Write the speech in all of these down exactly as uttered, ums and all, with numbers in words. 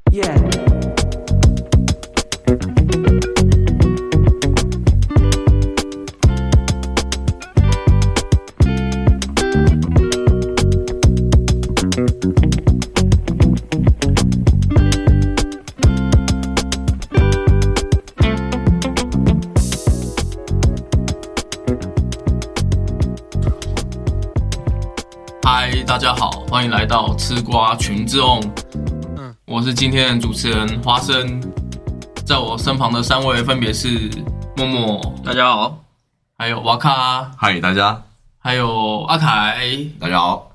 Yeah. 嗨，大家好，欢迎来到吃瓜群众。嗯，我是今天的主持人花生，在我身旁的三位分别是默默， 大家好； 还有瓦卡， 嗨，大家； 还有阿凯， 大家好。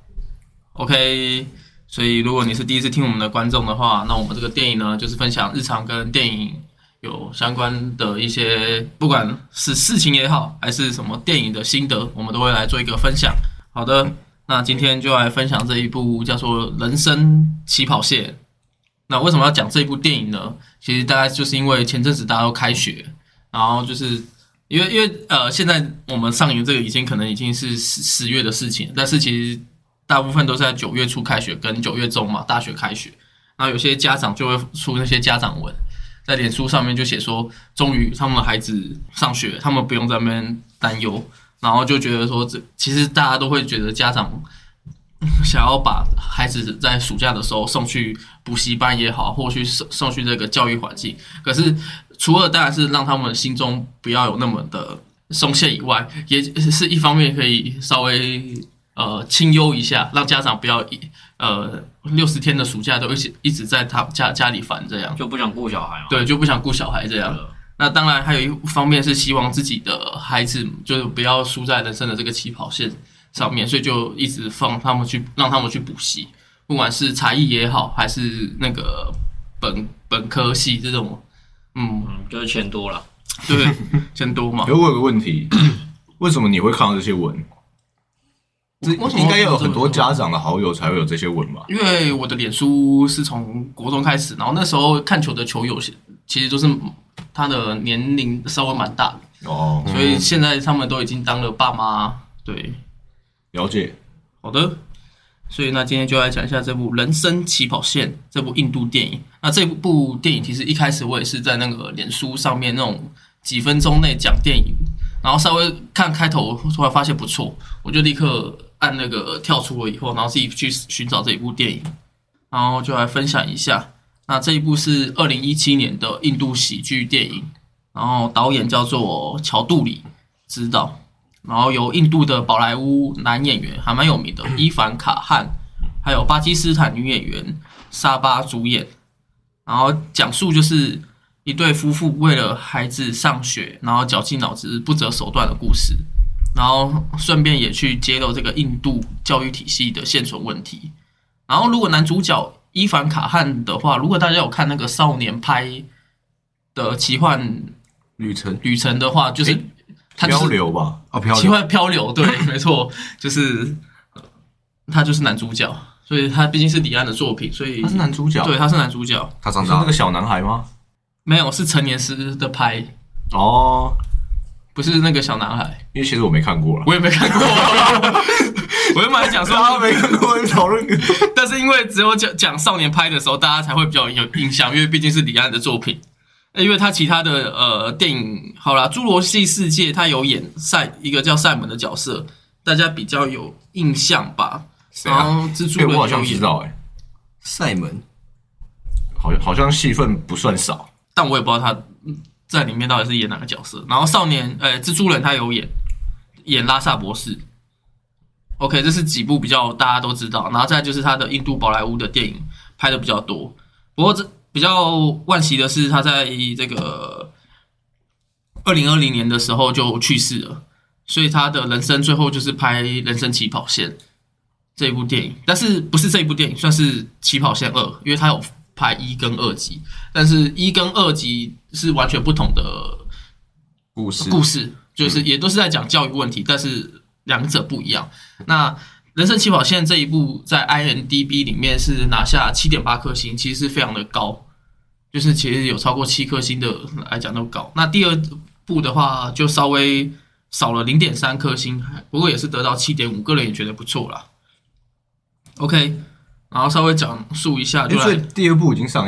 OK， 所以如果你是第一次听我们的观众的话，那我们这个电影呢，就是分享日常跟电影有相关的一些，不管是事情也好，还是什么电影的心得，我们都会来做一个分享。好的。那今天就来分享这一部叫做《人生起跑线》。那为什么要讲这一部电影呢？其实大概就是因为前阵子大家都开学，然后就是因为因为呃，现在我们上映这个已经可能已经是十十月的事情，但是其实大部分都是在九月初开学跟九月中嘛，大学开学。然后有些家长就会出那些家长文，在脸书上面就写说，终于他们的孩子上学，他们不用在那边担忧。然后就觉得说，这其实大家都会觉得家长想要把孩子在暑假的时候送去补习班也好，或去送送去这个教育环境。可是除了当然是让他们心中不要有那么的松懈以外，也是一方面可以稍微呃清幽一下，让家长不要呃六十天的暑假都一直一直在他家家里烦这样， 就不想顾小孩嘛。 对，就不想顾小孩这样。那当然还有一方面是希望自己的孩子就是不要输在人生的这个起跑线上面，所以就一直放他们去让他们去补习，不管是才艺也好，还是那个本本科系这种，嗯， 嗯就是钱多了， 对，钱多嘛。 我有个问题，为什么你会看到这些文？这应该要有很多家长的好友才会有这些文吧？ 因为我的脸书是从国中开始，然后那时候看球的球友其实都是他的年龄稍微蛮大的哦， 所以现在他们都已经当了爸妈。对， 了解。 好的，所以那今天就来讲一下这部《人生起跑线》这部印度电影。那这部电影其实一开始我也是在那个脸书上面那种几分钟内讲电影，然后稍微看开头，突然发现不错，我就立刻按那个跳出了以后，然后自己去寻找这一部电影，然后就来分享一下。那这一部是二零一七年的印度喜剧电影，然后导演叫做乔杜里执导，然后由印度的宝莱坞男演员还蛮有名的伊凡卡汗，还有巴基斯坦女演员沙巴主演，然后讲述就是一对夫妇为了孩子上学，然后绞尽脑汁不择手段的故事，然后顺便也去揭露这个印度教育体系的现存问题。然后如果男主角伊凡卡汗的话，如果大家有看那个少年派的奇幻旅程旅程的话，就是他就是漂流吧？哦，漂流， 奇幻漂流，对，没错，就是他就是男主角，所以他毕竟是李安的作品，所以他是男主角， 对，他是男主角。 他长大是那个小男孩吗？ 没有，是成年时的拍哦， 不是那个小男孩。 因为其实我没看过了， 我也没看过。我原本还讲说他没看过，你讨论。 但是因为只有讲讲少年拍的时候，大家才会比较有印象，因为毕竟是李安的作品。因为他其他的呃电影，好啦，《侏罗纪世界》他有演赛一个叫赛门的角色，大家比较有印象吧？ 谁啊？ 然后蜘蛛人我好像有演知道，哎， 赛门， 好像好像戏份不算少， 但我也不知道他在里面到底是演哪个角色。然后少年呃蜘蛛人他有演演拉萨博士。OK， 这是几部比较大家都知道，然后再来就是他的印度宝莱坞的电影拍的比较多。不过这比较惋惜的是，他在这个二零二零年的时候就去世了，所以他的人生最后就是拍《人生起跑线》这一部电影，但是不是这一部电影，算是起跑线二，因为他有拍一跟二集，但是一跟二集是完全不同的故事故事，就是也都是在讲教育问题，但是两者不一样。那人生起跑线这一部在 I M D B 里面是拿下 七点八 颗星，其实是非常的高，就是其实有超过七颗星的来讲都高。那第二部的话就稍微少了 零点三 颗星，不过也是得到 七点五， 个人也觉得不错啦。OK， 然后稍微讲述一下就来， 所以第二部已经上映了。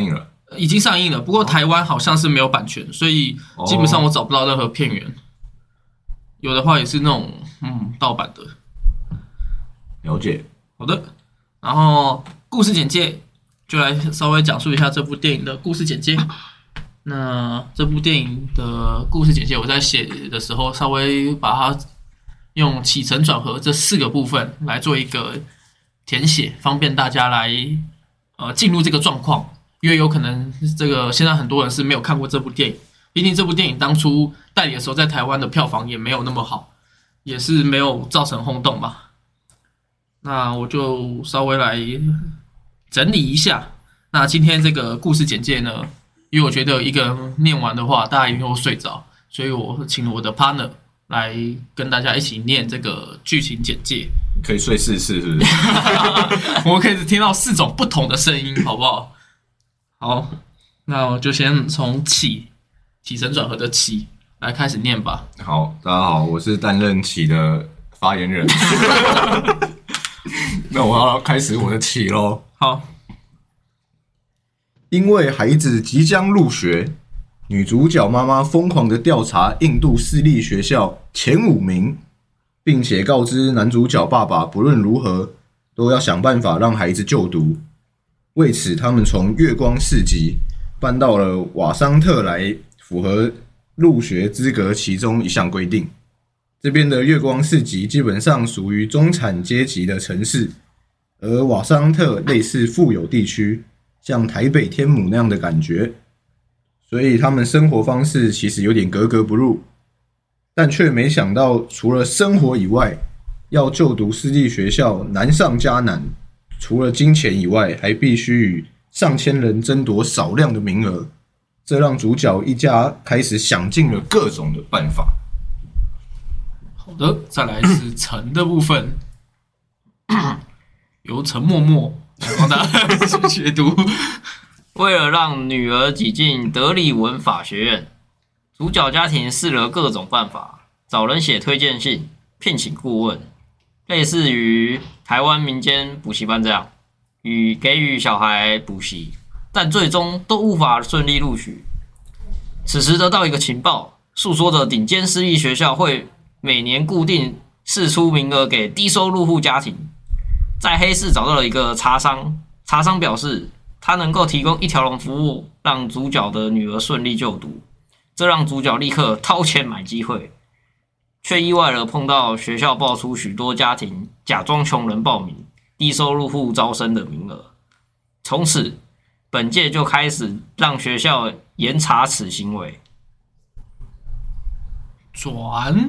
已经上映了，不过台湾好像是没有版权，所以基本上我找不到任何片源。有的话也是那种嗯盗版的。 了解。 好的，然后故事简介就来稍微讲述一下这部电影的故事简介。那这部电影的故事简介，我在写的时候稍微把它用起承转合这四个部分来做一个填写，方便大家来呃进入这个状况。因为有可能这个现在很多人是没有看过这部电影，毕竟这部电影当初代理的时候在台湾的票房也没有那么好，也是没有造成轰动嘛。那我就稍微来整理一下。那今天这个故事简介呢，因为我觉得一个人念完的话，大家一定会睡着，所以我请了我的 partner 来跟大家一起念这个剧情简介。 可以睡四次，是不是？ 我可以听到四种不同的声音，好不好？好，那我就先从起起承转合的起来开始念吧。 好，大家好，我是担任起的发言人。那我要开始我的起咯。 好， 因为孩子即将入学，女主角妈妈疯狂的调查印度私立学校前五名，并且告知男主角爸爸不论如何都要想办法让孩子就读。为此，他们从月光市集搬到了瓦桑特来，符合入学资格其中一项规定。这边的月光市集基本上属于中产阶级的城市，而瓦桑特类似富有地区，像台北天母那样的感觉，所以他们生活方式其实有点格格不入，但却没想到除了生活以外，要就读私立学校难上加难，除了金钱以外，还必须与上千人争夺少量的名额，这让主角一家开始想尽了各种的办法。 好的，再来是陈的部分，由陈默默来帮大家解读。 为了让女儿挤进德里文法学院，主角家庭试了各种办法，找人写推荐信，聘请顾问，类似于台湾民间补习班这样，与给予小孩补习，但最终都无法顺利录取。此时得到一个情报，诉说着顶尖私立学校会每年固定释出名额给低收入户家庭。在黑市找到了一个茶商，茶商表示他能够提供一条龙服务，让主角的女儿顺利就读。这让主角立刻掏钱买机会，却意外地碰到学校爆出许多家庭假装穷人报名低收入户招生的名额。从此，本届就开始让学校严查此行为。 转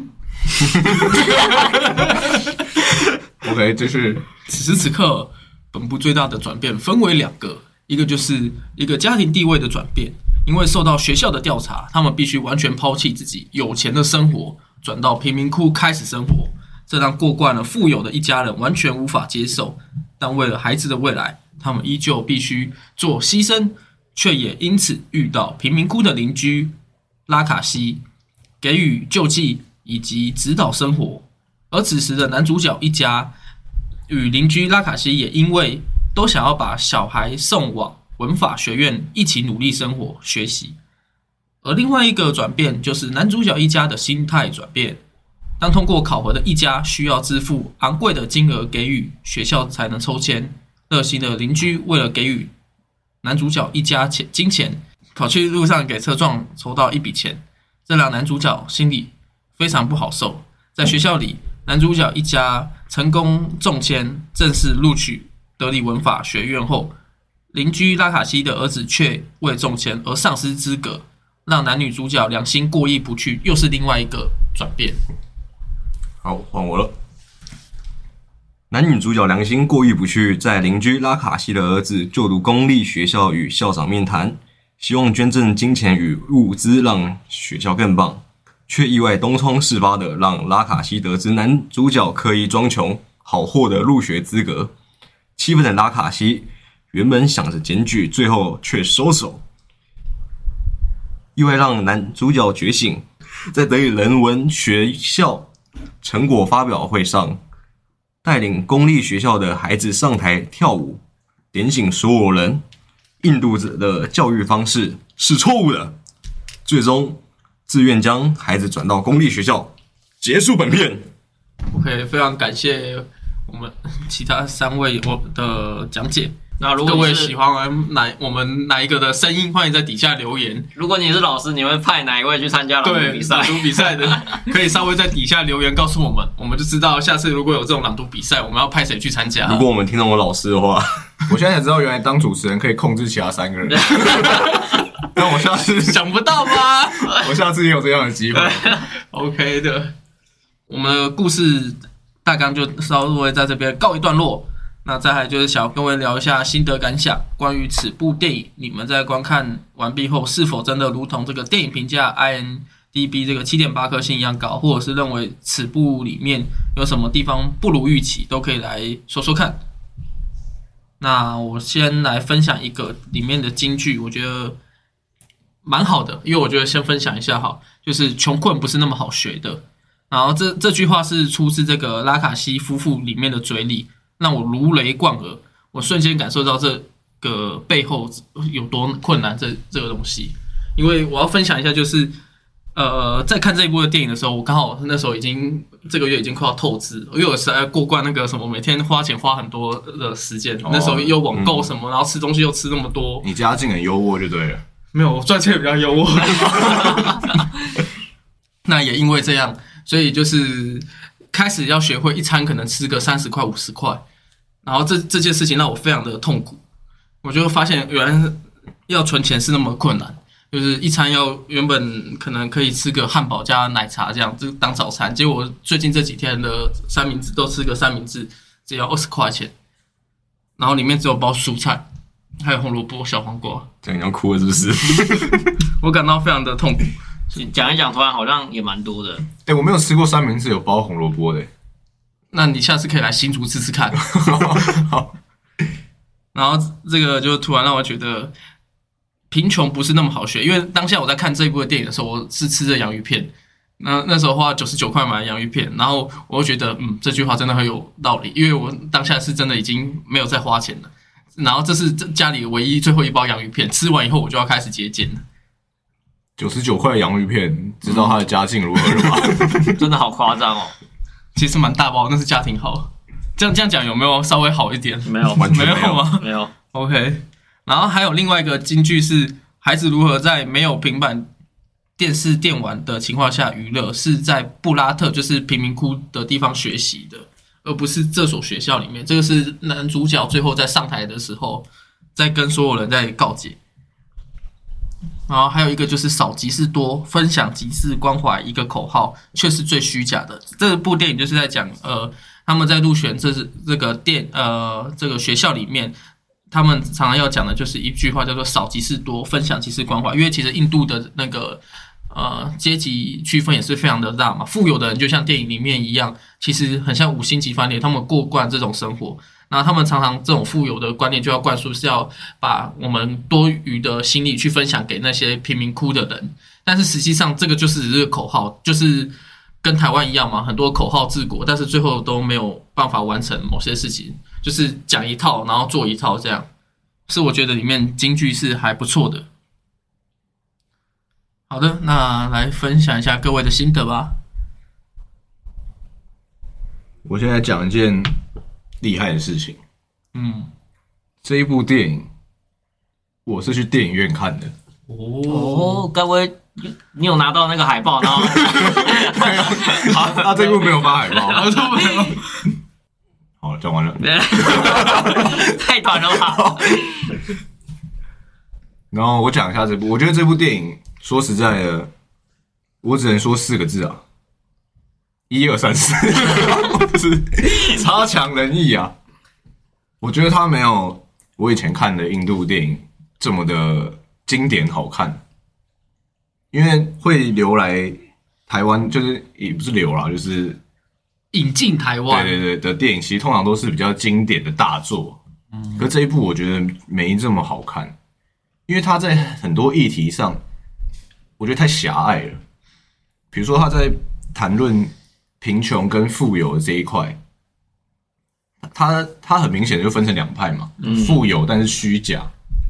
OK， 这是此时此刻本部最大的转变分为两个，一个就是一个家庭地位的转变，因为受到学校的调查，他们必须完全抛弃自己有钱的生活，转到贫民窟开始生活，这让过惯了富有的一家人完全无法接受。但为了孩子的未来，他们依旧必须做牺牲，却也因此遇到贫民窟的邻居拉卡西，给予救济以及指导生活。而此时的男主角一家与邻居拉卡西也因为都想要把小孩送往文法学院一起努力生活学习。而另外一个转变就是男主角一家的心态转变，当通过考核的一家需要支付昂贵的金额给予学校才能抽签，热心的邻居为了给予男主角一家钱金钱，跑去路上给车撞筹到一笔钱，这让男主角心里非常不好受。在学校里，男主角一家成功中签，正式录取德里文法学院后，邻居拉卡西的儿子却为中签而丧失资格，让男女主角良心过意不去，又是另外一个转变。 好，换我了。男女主角良心过意不去，在邻居拉卡西的儿子就读公立学校与校长面谈，希望捐赠金钱与物资让学校更棒，却意外东窗事发的让拉卡西得知男主角刻意装穷，好获得入学资格。气愤的拉卡西原本想着检举，最后却收手，意外让男主角觉醒，在德里人文学校成果发表会上，带领公立学校的孩子上台跳舞，点醒所有人印度的教育方式是错误的，最终自愿将孩子转到公立学校。结束本片。 OK， 非常感谢我们其他三位我的讲解。 那如果各位喜欢哪我们哪一个的声音，欢迎在底下留言。 如果你是老师，你会派哪一位去参加朗读比赛？ 朗读比赛的可以稍微在底下留言告诉我们，我们就知道下次如果有这种朗读比赛，我们要派谁去参加。 如果我们听懂我老师的话， 我现在才知道原来当主持人可以控制其他三个人。但我下次想不到吧？ 我下次也有这样的机会。 OK 的，我们的故事大纲就稍微在这边告一段落。那再来就是想要跟各位聊一下心得感想，关于此部电影，你们在观看完毕后是否真的如同这个电影评价 I M D B 这个 七点八 颗星一样高，或者是认为此部里面有什么地方不如预期，都可以来说说看。那我先来分享一个里面的金句，我觉得蛮好的，因为我觉得先分享一下好，就是穷困不是那么好学的。然后这这句话是出自这个拉卡西夫妇里面的嘴里，让我如雷贯耳，我瞬间感受到这个背后有多困难这这个东西。因为我要分享一下，就是呃，在看这一部的电影的时候，我刚好那时候已经这个月已经快要透支，因为我实在过惯那个什么每天花钱花很多的时间，哦、那时候又网购什么，嗯、然后吃东西又吃那么多。 你家境很优渥就对了。 没有，我赚钱也比较优渥。那也因为这样，所以就是开始要学会一餐可能吃个三十块、五十块，然后这这件事情让我非常的痛苦。我就发现原来要存钱是那么困难，就是一餐要原本可能可以吃个汉堡加奶茶这样，就当早餐，结果最近这几天的三明治都吃个三明治只要二十块钱，然后里面只有包蔬菜，还有红萝卜、小黄瓜。 这样要哭了是不是？ 我感到非常的痛苦。 讲一讲，突然好像也蛮多的。 哎、欸，我没有吃过三明治有包红萝卜的。 那你下次可以来新竹吃吃看。好。然后这个就突然让我觉得贫穷不是那么好学，因为当下我在看这一部的电影的时候，我是吃着洋芋片，那那时候花九十九块买洋芋片，然后我就觉得嗯，这句话真的很有道理，因为我当下是真的已经没有再花钱了，然后这是家里唯一最后一包洋芋片，吃完以后我就要开始节俭了。 九十九块洋芋片，知道他的家境如何了吗？ 真的好夸张哦！ 其实蛮大包，那是家庭号。这样这样讲有没有稍微好一点？ 没有， 完全没有吗？ 没有。 OK。然后还有另外一个金句是：孩子如何在没有平板电视电玩的情况下娱乐，是在布拉特就是贫民窟的地方学习的，而不是这所学校里面。这个是男主角最后在上台的时候，在跟所有人在告解。然后还有一个就是少即是多，分享即是关怀，一个口号却是最虚假的。这部电影就是在讲，呃，他们在入选这是这个店呃这个学校里面，他们常常要讲的就是一句话叫做少即是多，分享即是关怀。因为其实印度的那个呃阶级区分也是非常的大嘛，富有的人就像电影里面一样，其实很像五星级饭店，他们过惯这种生活。那他们常常这种富有的观念就要灌输，是要把我们多余的心力去分享给那些贫民窟的人，但是实际上这个就是只是个口号，就是跟台湾一样嘛，很多口号治国，但是最后都没有办法完成某些事情，就是讲一套然后做一套，这样是我觉得里面金句是还不错的。好的，那来分享一下各位的心得吧。 我现在讲一件厉害的事情。 嗯， 这一部电影我是去电影院看的。 哦，该不会你有拿到那个海报？然后好，那这一部没有发海报， 我都没有。 好，讲完了。 太短了吧？ 然后我讲一下这部，我觉得这部电影说实在的，我只能说四个字啊。一二三四，是差强人意啊！我觉得他没有我以前看的印度电影这么的经典好看，因为会流来台湾，就是也不是流啦，就是引进台湾， 对对对的电影，其实通常都是比较经典的大作。嗯，可这一部我觉得没这么好看，因为他在很多议题上，我觉得太狭隘了。比如说他在谈论贫穷跟富有的这一块，他他很明显就分成两派嘛，嗯、富有但是虚假，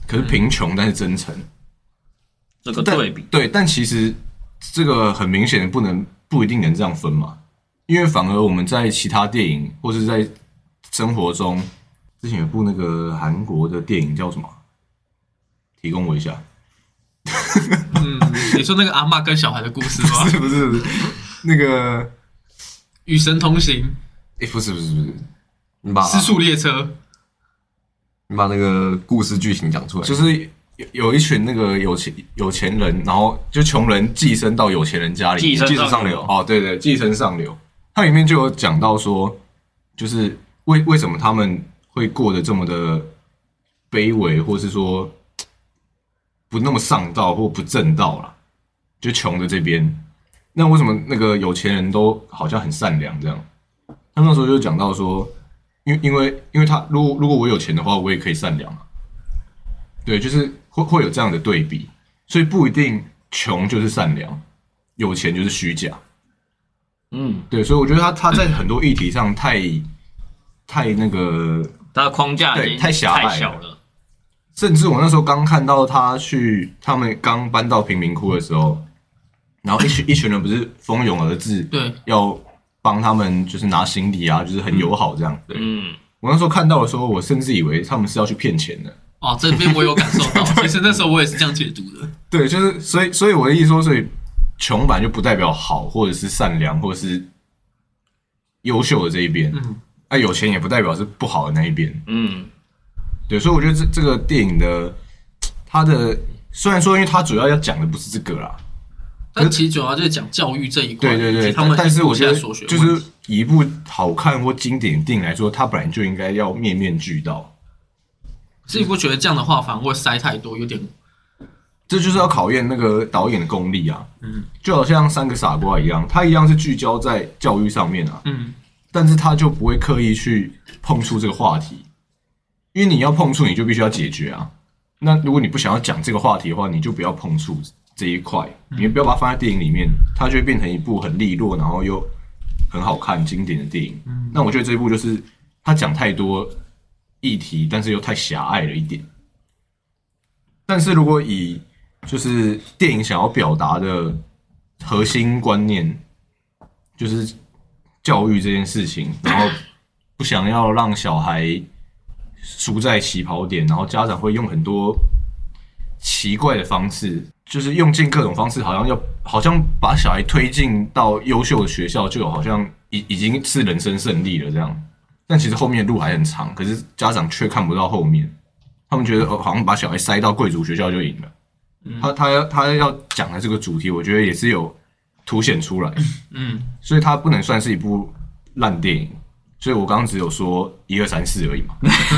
可是贫穷但是真诚， 这个对比， 对，但其实这个很明显的不能不一定能这样分嘛，因为反而我们在其他电影或是在生活中，之前有部那个韩国的电影叫什么？提供我一下。 嗯，你说那个阿嬷跟小孩的故事吗？ 不是不是不是，那个与神同行， 哎、欸，不是不是不是， 你把失速列车， 你把那个故事剧情讲出来， 就是有有一群那个有钱有钱人，然后就穷人寄生到有钱人家里， 寄生继承上流。 哦，对对，寄生上流。它里面就有讲到说，就是为为什么他们会过得这么的卑微，或是说不那么上道或不正道啦，就穷的这边。那为什么那个有钱人都好像很善良这样？他那时候就讲到说，因为因为因为他如果如果我有钱的话，我也可以善良啊。对，就是会会有这样的对比，所以不一定穷就是善良，有钱就是虚假。 嗯， 对，所以我觉得他他在很多议题上太太那个， 它的框架已经太狭隘了太小了。 甚至我那时候刚看到他去，他们刚搬到贫民窟的时候，然后一群一群人不是蜂拥而至， 对， 要帮他们就是拿行李啊，就是很友好这样。对， 嗯， 我那时候看到的时候，我甚至以为他们是要去骗钱的。 哦，这边我有感受到，其实那时候我也是这样解读的。 对，就是所以所以我的意思说，所以穷版就不代表好，或者是善良，或者是优秀的这一边。嗯，啊，有钱也不代表是不好的那一边。 嗯， 对，所以我觉得这这个电影的它的虽然说，因为它主要要讲的不是这个啦， 但其实主要就是讲教育这一块。 对对对， 他们但是我觉得所学就是以一部好看或经典电影来说，它本来就应该要面面俱到。 所以你不觉得这样的话反而会塞太多，有点？ 这就是要考验那个导演的功力啊。嗯，就好像三个傻瓜一样，他一样是聚焦在教育上面啊。嗯，但是他就不会刻意去碰触这个话题，因为你要碰触，你就必须要解决啊。那如果你不想要讲这个话题的话，你就不要碰触这一块，你不要把它放在电影里面，它就会变成一部很利落，然后又很好看、经典的电影。嗯，那我觉得这一部就是他讲太多议题，但是又太狭隘了一点。但是如果以就是电影想要表达的核心观念，就是教育这件事情，然后不想要让小孩输在起跑点，然后家长会用很多奇怪的方式，就是用尽各种方式，好像要好像把小孩推进到优秀的学校，就好像已已经是人生胜利了这样。但其实后面的路还很长，可是家长却看不到后面，他们觉得、哦、好像把小孩塞到贵族学校就赢了。嗯、他他要他要讲的这个主题，我觉得也是有凸显出来。嗯，所以它不能算是一部烂电影。所以我刚刚只有说一二三四而已嘛。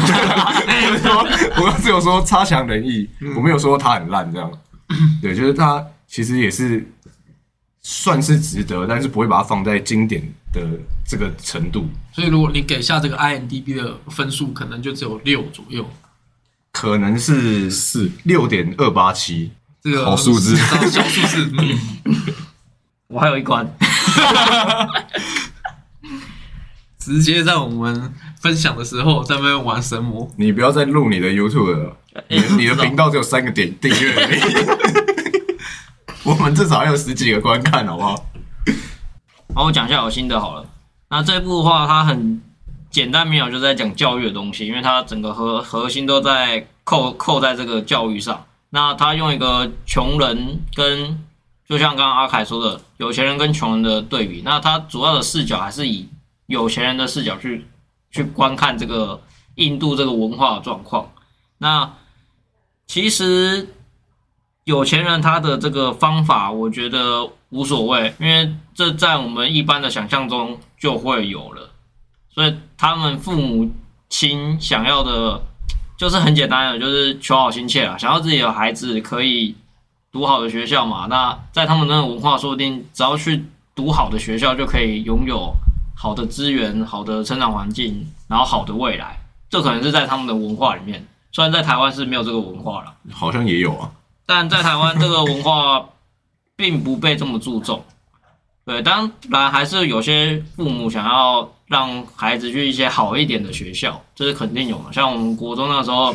我刚刚只有说差强人意，我没有说它很烂这样。对，就是它其实也是算是值得，但是不会把它放在经典的这个程度。 所以如果你给下这个 I M D B 的分数，可能就只有六左右， 可能是四六点二八七， 这个好数字， 小数字。嗯， 我还有一关。 直接在我们分享的时候在那边玩神魔。 你不要再录你的 YouTube 了，你的你的频道只有三个点订阅而已。我们至少还有十几个观看，好不好？ 好，我讲一下我心得好了。那这部的话，它很简单明了，就在讲教育的东西，因为它整个核核心都在扣扣在这个教育上。那他用一个穷人跟，就像刚刚阿凯说的，有钱人跟穷人的对比。那他主要的视角还是以有钱人的视角去去观看这个印度这个文化的状况。那其实有钱人他的这个方法，我觉得无所谓，因为这在我们一般的想象中就会有了。所以他们父母亲想要的，就是很简单的，就是求好心切啦，想要自己的孩子可以读好的学校嘛。那在他们那个文化，说不定只要去读好的学校，就可以拥有好的资源、好的成长环境，然后好的未来。这可能是在他们的文化里面，虽然在台湾是没有这个文化啦， 好像也有啊。 但在台湾这个文化并不被这么注重。对，当然还是有些父母想要让孩子去一些好一点的学校，这是肯定有的。像我们国中那时候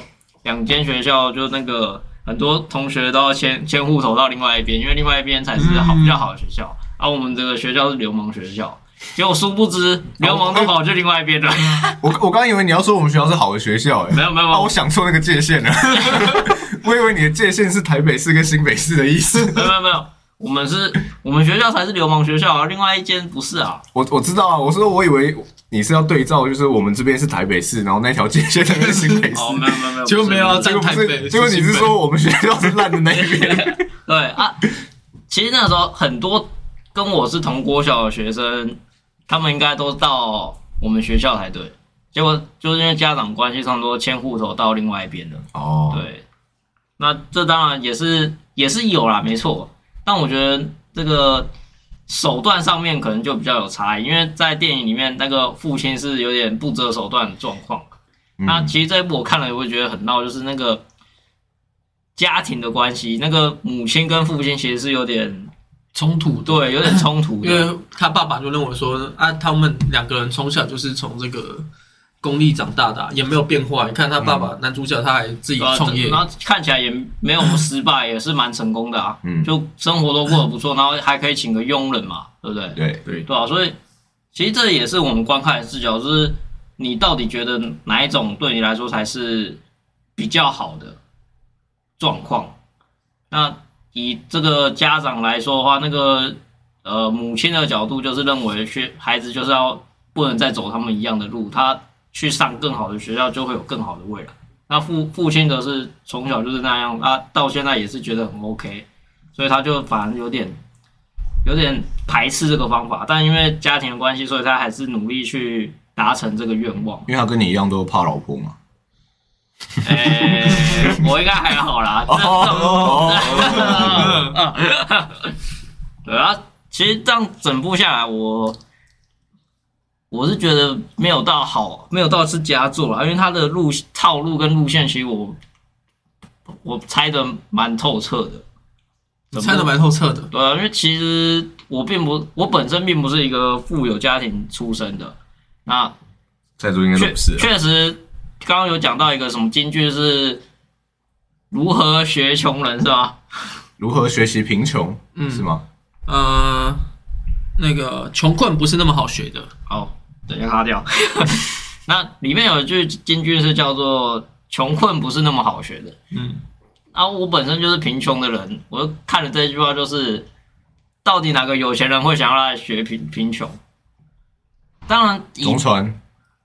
两间学校就那个很多同学都要迁迁户头到另外一边，因为另外一边才是好比较好的学校，而、啊、我们这个学校是流氓学校。结果殊不知，流氓都跑去另外一边了。 我我刚以为你要说我们学校是好的学校、欸， 没有没有， 啊，我想错那个界限了。我以为你的界限是台北市跟新北市的意思。 没有没有没有，我们是我们学校才是流氓学校啊，另外一间不是啊。 我我知道啊，我说我以为你是要对照，就是我们这边是台北市，然后那条界限那是新北市。 哦，没有没有没有， 结果没有要站台北， 结果你是说我们学校是烂的那一边。 对啊，其实那时候很多跟我是同国小的学生。他们应该都到我们学校才对，结果就是因为家长关系上都迁户头到另外一边了。 哦， 对，那这当然也是也是有啦，没错。但我觉得这个手段上面可能就比较有差异，因为在电影里面那个父亲是有点不择手段的状况。嗯、那其实这一部我看了也会觉得很闹，就是那个家庭的关系，那个母亲跟父亲其实是有点。 冲突对，有点冲突的， 因为他爸爸就认为说啊，他们两个人从小就是从这个公立长大的、啊，也没有变化。你看他爸爸、嗯、男主角他还自己创业， 然后看起来也没有失败，也是蛮成功的啊。嗯，就生活都过得不错，然后还可以请个佣人嘛，对不对？ 对对对啊，所以其实这也是我们观看的视角，就是你到底觉得哪一种对你来说才是比较好的状况？那。以这个家长来说的话，那个呃母亲的角度就是认为学孩子就是要不能再走他们一样的路，他去上更好的学校就会有更好的未来。那父父亲则是从小就是那样，啊到现在也是觉得很 OK， 所以他就反而有点有点排斥这个方法，但因为家庭的关系，所以他还是努力去达成这个愿望。 因为他跟你一样都怕老婆嘛。 诶、欸，我应该还好啦。这对啊，其实这样整部下来，我我是觉得没有到好，没有到是佳作啦，因为他的路套路跟路线，其实我我猜的蛮透彻的， 猜的蛮透彻的。 对啊，因为其实我并不，我本身并不是一个富有家庭出身的，那在座应该都不是。 确实。刚刚有讲到一个什么金句是如何学穷人是吧？ 如何学习贫穷、嗯、是吗？ 呃，那个穷困不是那么好学的。 好，等一下卡掉。那里面有一句金句是叫做“穷困不是那么好学的”。嗯，啊，我本身就是贫穷的人，我就看了这句话，就是到底哪个有钱人会想要来学贫贫穷？当然， 中传。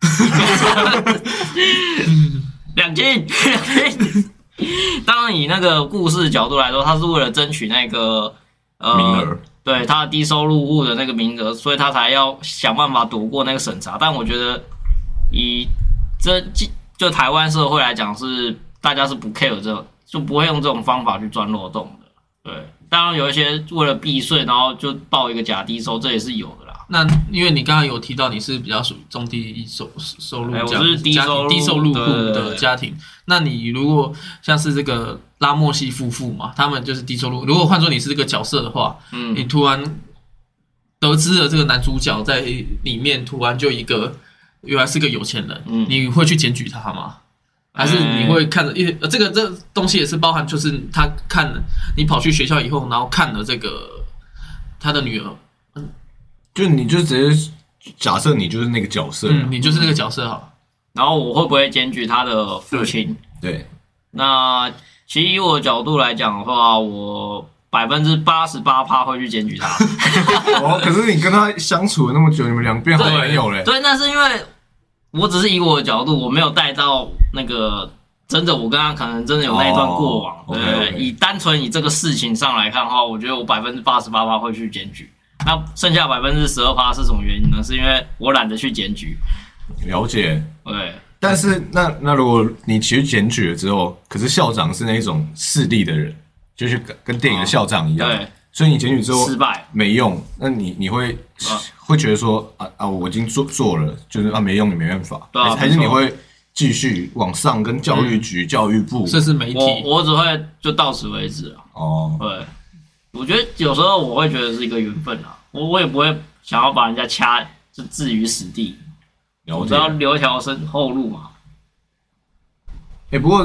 两斤，两斤。当然，以那个故事角度来说，他是为了争取那个呃名额， 对他的低收入户的那个名额，所以他才要想办法躲过那个审查。但我觉得，以这就台湾社会来讲，是大家是不 care 这，就不会用这种方法去钻漏洞的。对，当然有一些为了避税，然后就报一个假低收，这也是有的啦。 那因为你刚刚有提到你是比较属于中低收收入， 哎，我是低收入低收入户的家庭。那你如果像是这个拉莫西夫妇嘛，他们就是低收入。如果换作你是这个角色的话，嗯，你突然得知了这个男主角在里面突然就一个原来是个有钱人，嗯，你会去检举他吗？还是你会看着？因为这个这个东西也是包含，就是他看了你跑去学校以后，然后看了这个他的女儿。 就你就直接假设你就是那个角色， 嗯，你就是那个角色好。 然后我会不会检举他的父亲？ 对， 那其实以我的角度来讲的话，我百分之八十八趴会去检举他。 哦，可是你跟他相处了那么久，你们两变好朋友嘞？ 对，那是因为我只是以我的角度，我没有带到那个真的我跟他可能真的有那一段过往。 哦、 对， okay, okay. 以单纯以这个事情上来看的话，我觉得我百分之八十八趴会去检举。那剩下百分之十二趴是什么原因呢？是因为我懒得去检举。 了解， 对。 但是那那如果你其实检举了之后，可是校长是那种势利的人，就是跟电影的校长一样， 哦、对。 所以你检举之后失败没用，那你你会、啊、会觉得说啊啊，我已经做做了，就是啊没用，你没办法， 对啊、 还是你会继续往上跟教育局、嗯、教育部， 甚至媒体， 我我只会就到此为止了。 哦， 对。我觉得有时候我会觉得是一个缘分啊，我我也不会想要把人家掐就置于死地，我只要留一条生后路嘛。 哎、欸，不过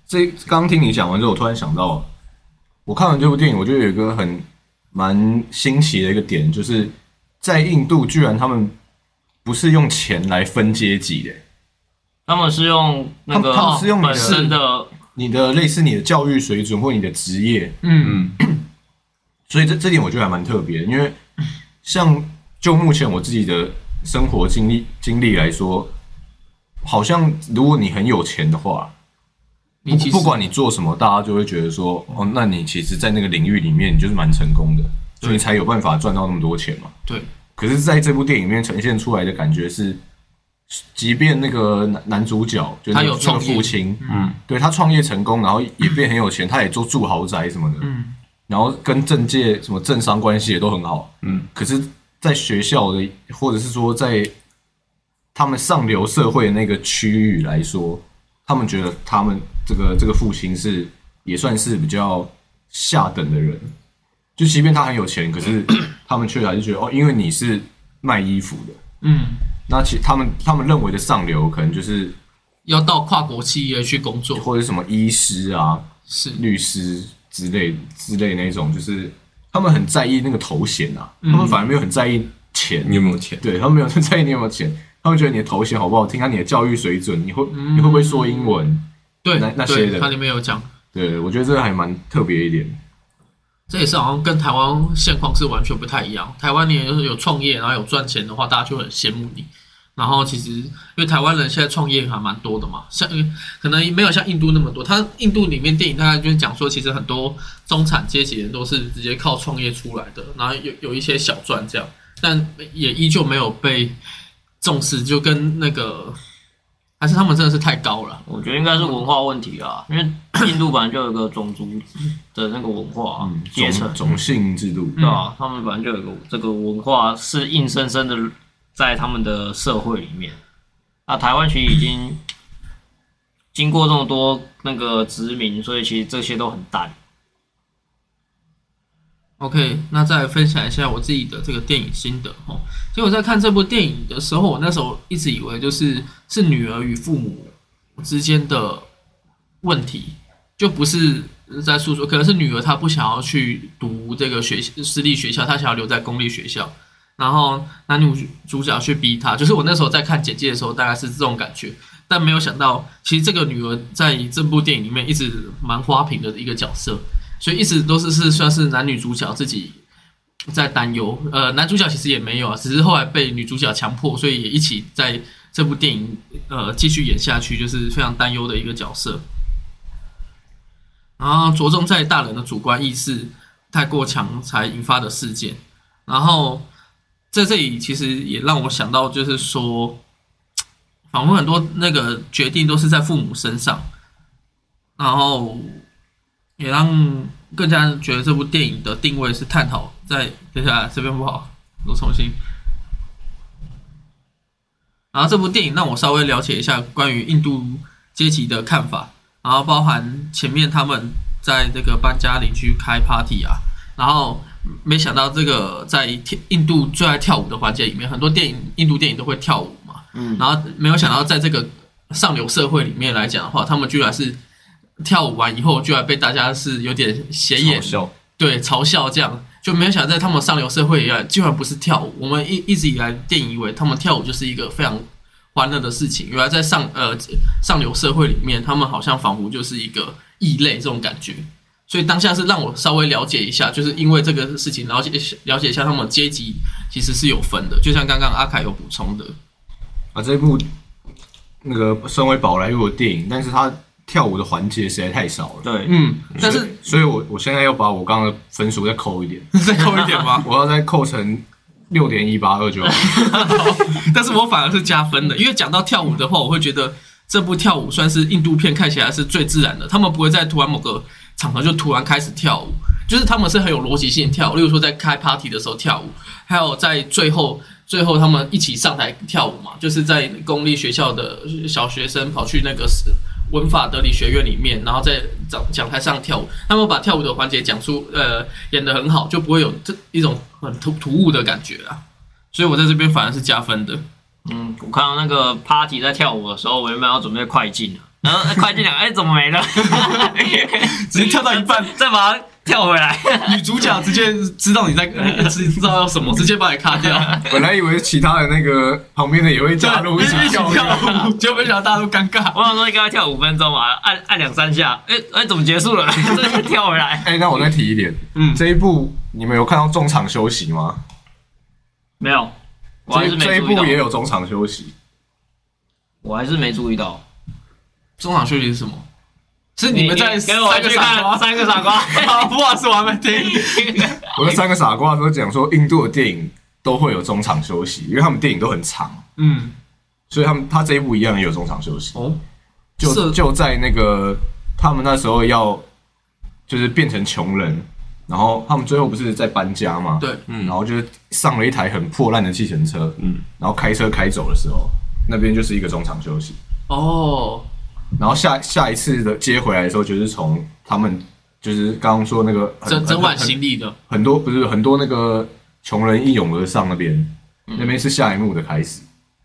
这刚刚听你讲完之后，我突然想到，我看完这部电影，我觉得有一个很蛮新奇的一个点，就是在印度居然他们不是用钱来分阶级的， 他们是用那个他们是用你的本身的你的类似你的教育水准或你的职业， 嗯， 所以这这点我觉得还蛮特别的，因为像就目前我自己的生活经历经历来说，好像如果你很有钱的话， 你其实不不管你做什么，大家就会觉得说，哦，那你其实，在那个领域里面，你就是蛮成功的，所以你才有办法赚到那么多钱嘛。 对。 可是，在这部电影里面呈现出来的感觉是，即便那个男男主角就是他有那个创业父亲，嗯，对他创业成功，然后也变很有钱，他也做住豪宅什么的， 嗯， 然后跟政界什么政商关系也都很好，嗯。可是，在学校的，或者是说在他们上流社会的那个区域来说，他们觉得他们这个这个父亲是也算是比较下等的人，就即便他很有钱，可是他们却还是觉得哦，因为你是卖衣服的， 嗯， 那其他们他们认为的上流可能就是要到跨国企业去工作， 或者什么医师啊、 是律师之类之类那种，就是他们很在意那个头衔啊，他们反而没有很在意钱， 你有没有钱？ 对他们没有很在意你有没有钱。他们觉得你的头衔好不好听，看你的教育水准，你会、嗯、你会不会说英文？ 对， 那那些的， 它里面有讲。 对，我觉得这个还蛮特别一点。 这也是好像跟台湾现况是完全不太一样。台湾你就是有创业，然后有赚钱的话，大家就很羡慕你。然后其实因为台湾人现在创业还蛮多的嘛，像可能没有像印度那么多。它印度里面电影大概就是讲说，其实很多中产阶级人都是直接靠创业出来的，然后有有一些小赚这样，但也依旧没有被重视，就跟那个还是他们真的是太高了。 我觉得应该是文化问题啊，因为印度本来就有一个种族的那个文化阶层、 嗯、种, 种姓制度， 对啊，他们本来就有一个这个文化是硬生生的在他们的社会里面。那台湾其实已经经过这么多那个殖民，所以其实这些都很淡。 OK， 那再来分享一下我自己的这个电影心得哦。其实我在看这部电影的时候，我那时候一直以为就是是女儿与父母之间的问题，就不是在诉说，可能是女儿她不想要去读这个学私立学校，她想要留在公立学校，然后男女主角去逼她。就是我那时候在看简介的时候，大概是这种感觉，但没有想到，其实这个女儿在这部电影里面一直蛮花瓶的一个角色。所以一直都是是算是男女主角自己在担忧，呃，男主角其实也没有啊，只是后来被女主角强迫，所以也一起在这部电影呃继续演下去，就是非常担忧的一个角色。然后着重在大人的主观意识太过强才引发的事件，然后在这里其实也让我想到，就是说，仿佛很多那个决定都是在父母身上，然后。也让更加觉得这部电影的定位是探讨在等一下这边不好，我重新。然后这部电影让我稍微了解一下关于印度阶级的看法，然后包含前面他们在这个搬家邻居开 party 啊，然后没想到这个在印度最爱跳舞的环节里面，很多电影印度电影都会跳舞嘛，嗯，然后没有想到在这个上流社会里面来讲的话，他们居然是。跳舞完以后，居然被大家是有点斜眼， 嘲笑， 对，嘲笑这样，就没有想到在他们上流社会以来，居然不是跳舞。我们一一直以来电影以为他们跳舞就是一个非常欢乐的事情，原来在上呃上流社会里面，他们好像仿佛就是一个异类这种感觉。所以当下是让我稍微了解一下，就是因为这个事情了解了解一下他们阶级其实是有分的，就像刚刚阿凯有补充的。 啊，这部那个身为宝莱坞的电影，但是它。跳舞的环节实在太少了， 对， 嗯，但是， 所以，所以我我现在要把我刚刚的分数再扣一点， 再扣一点吗？ 我要再扣成六点一八二就好。 但是我反而是加分的，因为讲到跳舞的话，我会觉得这部跳舞算是印度片看起来是最自然的，他们不会在突然某个场合就突然开始跳舞，就是他们是很有逻辑性跳舞，例如说在开 party 的时候跳舞，还有在最后。最后他们一起上台跳舞嘛，就是在公立学校的小学生跑去那个文法德理学院里面，然后在讲讲台上跳舞。他们把跳舞的环节讲出，呃，演得很好，就不会有这一种很突突兀的感觉啊。所以我在这边反而是加分的。 嗯，我看到那个 party 在跳舞的时候，我原本要准备快进了， 然后快进来，哎，怎么没了？ 直接跳到一半， 再把它跳回来。 女主角直接知道你在知知道要什么，直接把你卡掉。 本来以为其他的那个旁边的也会加入一起跳跳舞，结果没想到大家都尴尬。 我想说，你跟他跳五分钟嘛，按按两三下，哎哎，怎么结束了？直接跳回来。 哎，那我再提一点，嗯，这一部你们有看到中场休息吗？ 没有，我还是没注意到。 这一部也有中场休息， 我还是没注意到。 中场休息是什么？是你们在跟我去看三个傻瓜？ 不好意思，我还没听。 我的三个傻瓜都讲说，印度的电影都会有中场休息，因为他们电影都很长，嗯，所以他们他这一部一样也有中场休息。哦，就就在那个他们那时候要就是变成穷人，然后他们最后不是在搬家嘛？ 对， 嗯，然后就是上了一台很破烂的计程车，嗯，然后开车开走的时候，那边就是一个中场休息。哦。然后下下一次的接回来的时候，就是从他们就是刚刚说那个整整晚行李的很多不是很多那个穷人一涌而上那边，嗯、那边是下一幕的开始。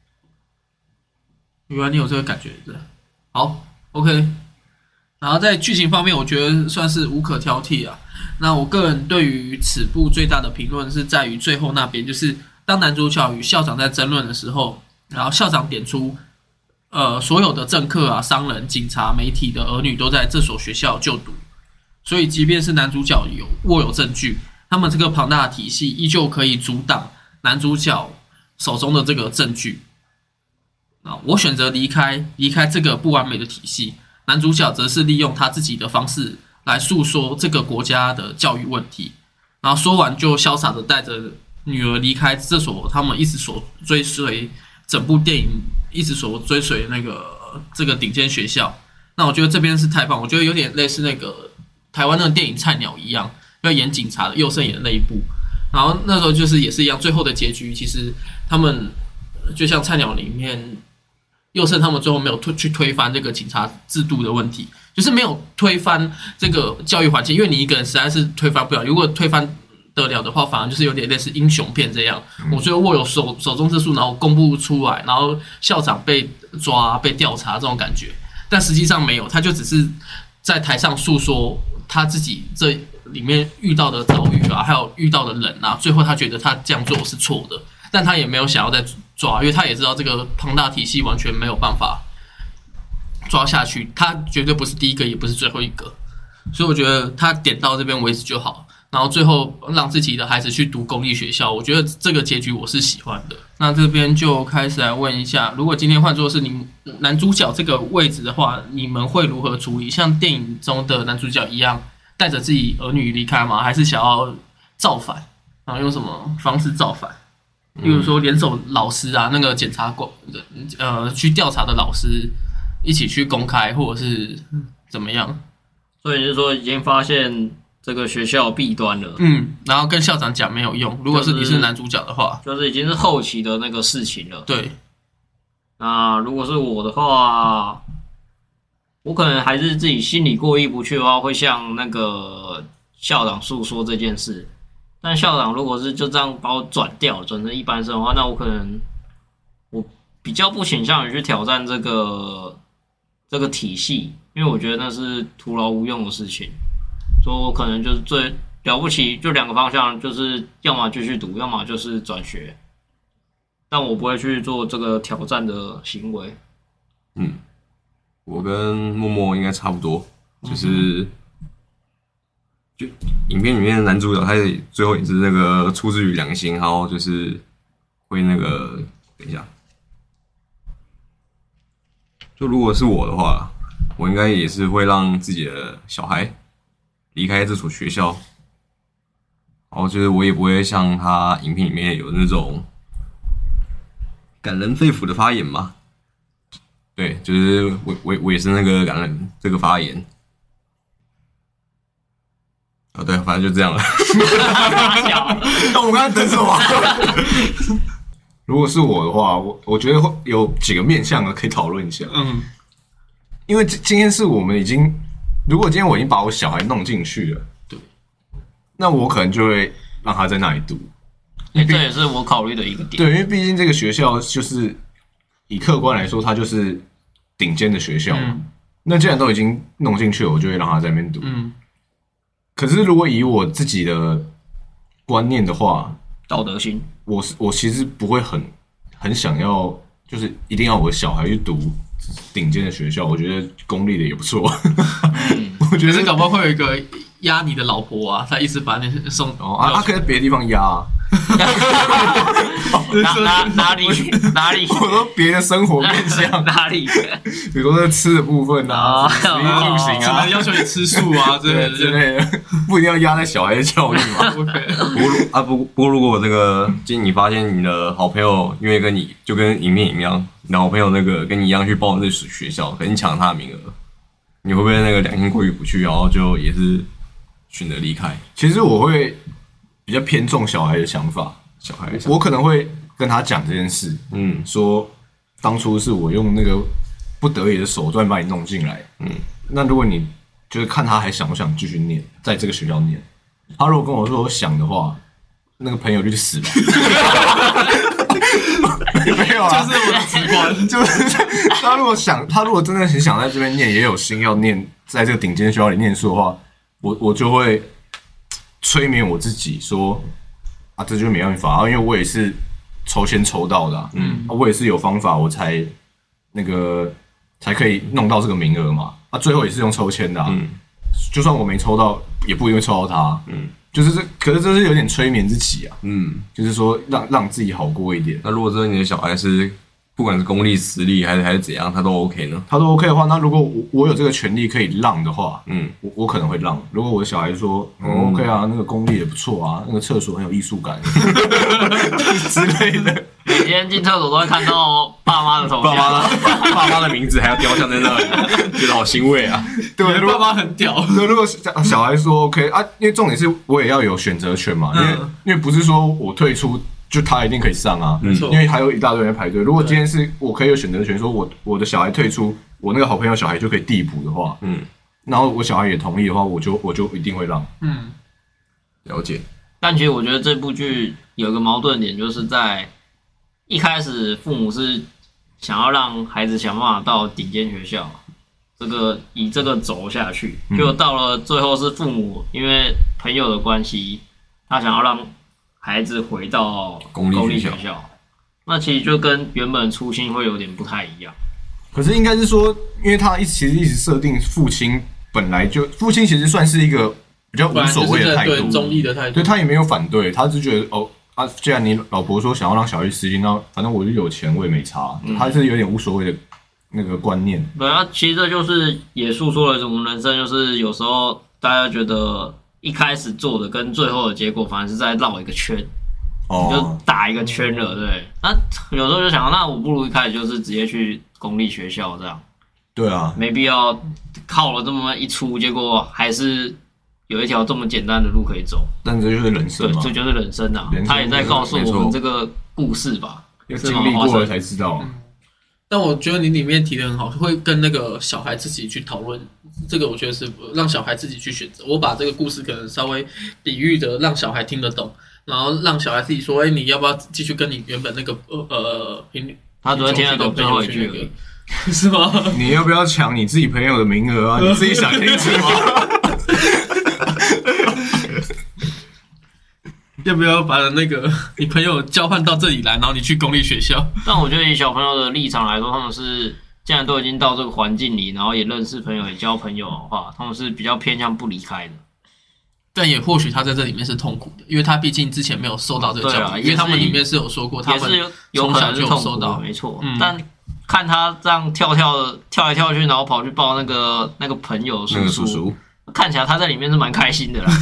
原来你有这个感觉的。好 ，OK。然后在剧情方面，我觉得算是无可挑剔啊。那我个人对于此部最大的评论是在于最后那边，就是当男主角与校长在争论的时候，然后校长点出。呃，所有的政客啊、商人、警察、媒体的儿女都在这所学校就读，所以即便是男主角有握有证据，他们这个庞大的体系依旧可以阻挡男主角手中的这个证据。啊，我选择离开，离开这个不完美的体系，男主角则是利用他自己的方式来诉说这个国家的教育问题，然后说完就潇洒的带着女儿离开这所他们一直所追随。整部电影一直所追随那个这个顶尖学校，那我觉得这边是太棒，我觉得有点类似那个台湾那个电影《菜鸟》一样，要演警察的佑胜演的那一部，然后那时候就是也是一样，最后的结局其实他们就像《菜鸟》里面佑胜他们最后没有推去推翻这个警察制度的问题，就是没有推翻这个教育环境，因为你一个人实在是推翻不了，如果推翻得了的话，反而就是有点类似英雄片这样。嗯、我觉得握有手手中之术，然后公布出来，然后校长被抓、被调查这种感觉。但实际上没有，他就只是在台上诉说他自己这里面遇到的遭遇啊，还有遇到的人啊。最后他觉得他这样做是错的，但他也没有想要再抓，因为他也知道这个庞大体系完全没有办法抓下去。他绝对不是第一个，也不是最后一个，所以我觉得他点到这边为止就好。然后最后让自己的孩子去读公立学校，我觉得这个结局我是喜欢的。那这边就开始来问一下，如果今天换作是你男主角这个位置的话，你们会如何处理？像电影中的男主角一样，带着自己儿女离开吗？还是想要造反？然后用什么方式造反？例如说联手老师啊，那个检察官呃去调查的老师一起去公开，或者是怎么样？ 所以就是说已经发现。这个学校弊端了， 嗯，然后跟校长讲没有用。如果是你是男主角的话， 就是、就是已经是后期的那个事情了。 对， 那如果是我的话，我可能还是自己心里过意不去的话，会向那个校长诉说这件事。但校长如果是就这样把我转掉，转成一般生的话，那我可能我比较不倾向于去挑战这个这个体系，因为我觉得那是徒劳无用的事情。所以我可能就是最了不起，就两个方向，就是要么继续读，要么就是转学。但我不会去做这个挑战的行为。 嗯，我跟默默应该差不多，就是、嗯、就影片里面的男主角，他也最后也是那个出自于良心，然后就是会那个，等一下，就如果是我的话，我应该也是会让自己的小孩。离开这所学校，然后就是我也不会像他影片里面有那种感人肺腑的发言嘛。对，就是我我我也是那个感人这个发言。哦，对，反正就这样了。 那我刚才等什么？如果是我的话，我我觉得会有几个面向可以讨论一下。嗯，因为今天是我们已经。如果今天我已经把我小孩弄进去了， 对， 那我可能就会让他在那里读。 欸、这也是我考虑的一个点。 对，因为毕竟这个学校就是以客观来说，它就是顶尖的学校嘛。嗯、 那既然都已经弄进去了，我就会让他在那边读。 嗯， 可是如果以我自己的观念的话， 道德心， 我是我其实不会很很想要，就是一定要我的小孩去读顶尖的学校。我觉得公立的也不错。 嗯、我觉得搞不好会有一个压你的老婆啊，他一直把你送哦啊，他可以在别的地方压、啊。 哪哪哪里哪里？ 我说别的生活面向哪里？ 比如说在吃的部分啊，食衣住行只啊， 能要求你吃素啊，之类之类的，不一定要压在小孩的教育嘛。 OK， 不过啊不不过如果这个今天你发现你的好朋友因为跟你就跟影片一样，你的好朋友那个跟你一样去报那学校，可能你抢他的名额，你会不会那个两心过意不去，然后就也是选择离开？ 其实我会比较偏重小孩的想法， 小孩的想法我可能会跟他讲这件事， 嗯说当初是我用那个不得已的手段把你弄进来， 嗯， 那如果你就是看他还想不想继续念，在这个学校念，他如果跟我说我想的话，那个朋友就去死吧。没有啊， 就是我的直观， 就是他如果想，他如果真的很想在这边念，也有心要念，在这个顶尖学校里念书的话，我我就会催眠我自己说啊，这就是没办法啊，因为我也是抽签抽到的、啊，嗯，啊、我也是有方法，我才那个才可以弄到这个名额嘛，啊，最后也是用抽签的、啊，嗯，就算我没抽到，也不一定会抽到他，嗯。就是这，可是这是有点催眠自己啊，嗯，就是说让让自己好过一点。 那如果真的你的小孩是不管是公立、私立还是还是怎样，他都 OK 呢？ 他都 OK 的话，那如果我我有这个权利可以让的话， 嗯， 我我可能会让。如果我的小孩说、嗯哦、OK 啊，那个公立也不错啊，那个厕所很有艺术感之类的， 每天进厕所都会看到爸妈的头像， 爸妈的爸妈的名字还要雕像在那里，觉得好欣慰啊。 对，爸妈很屌。 如果小孩说 OK 啊，因为重点是我也要有选择权嘛，因为、嗯、因为不是说我退出就他一定可以上啊， 没错， 因为还有一大堆人在排队。如果今天是我可以有选择权，说我我的小孩退出，我那个好朋友小孩就可以递补的话，嗯，然后我小孩也同意的话，我就我就一定会让， 嗯， 了解。 但其实我觉得这部剧有一个矛盾点，就是在一开始父母是想要让孩子想办法到顶尖学校，这个以这个走下去，就到了最后是父母因为朋友的关系，他想要让孩子回到公立学校，那其实就跟原本初心会有点不太一样。 可是应该是说，因为他一其实一直设定父亲本来就父亲其实算是一个比较无所谓的态度， 对中立的态度， 对他也没有反对，他只觉得哦啊，既然你老婆说想要让小孩去私立，那反正我就有钱，我也没差，嗯、他是有点无所谓的那个观念。 对啊，其实这就是也诉说了我们人生，就是有时候大家觉得一开始做的跟最后的结果，反而是在绕一个圈。 哦， 你就打一个圈了，对。那有时候就想，那我不如一开始就是直接去公立学校这样。 对啊， 没必要靠了这么一出，结果还是有一条这么简单的路可以走。 但这就是人生嘛， 对，这就是人生啊。人生他也在告诉我们这个故事吧， 要经历过了才知道。 嗯、但我觉得你里面提的很好，会跟那个小孩自己去讨论。这个我觉得是让小孩自己去选择。我把这个故事可能稍微比喻的让小孩听得懂。然后让小孩自己说：“哎、欸，你要不要继续跟你原本那个呃频率？” 他只会听得懂最后一句而已， 是吗？ 你要不要抢你自己朋友的名额啊？你自己想清楚吗？ 要不要把那个你朋友交换到这里来，然后你去公立学校？ 但我觉得以小朋友的立场来说，他们是既然都已经到这个环境里，然后也认识朋友、也交朋友的话，他们是比较偏向不离开的。 但也或许他在这里面是痛苦的，因为他毕竟之前没有受到这个教育，啊、因为他们里面是有说过，他们从小就有受到， 没错。嗯、但看他这样跳跳的跳来跳去，然后跑去抱那个那个朋友叔叔， 那个叔叔看起来他在里面是蛮开心的啦。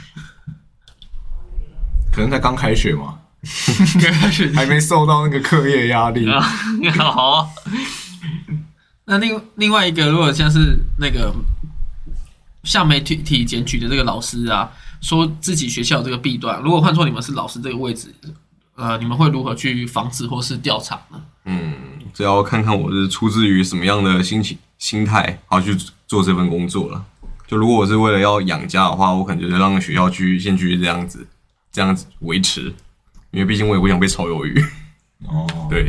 可能才刚开学嘛， 开学还没受到那个课业压力。 好， 那另另外一个，如果像是那个。向媒体检举的这个老师啊，说自己学校有这个弊端。如果换作你们是老师这个位置，呃，你们会如何去防止或是调查呢？ 嗯，这要看看我是出自于什么样的心情、心态，然后去做这份工作了。就如果我是为了要养家的话，我可能就是让学校去先去这样子、这样子维持，因为毕竟我也不想被炒鱿鱼。 哦， 对， 哦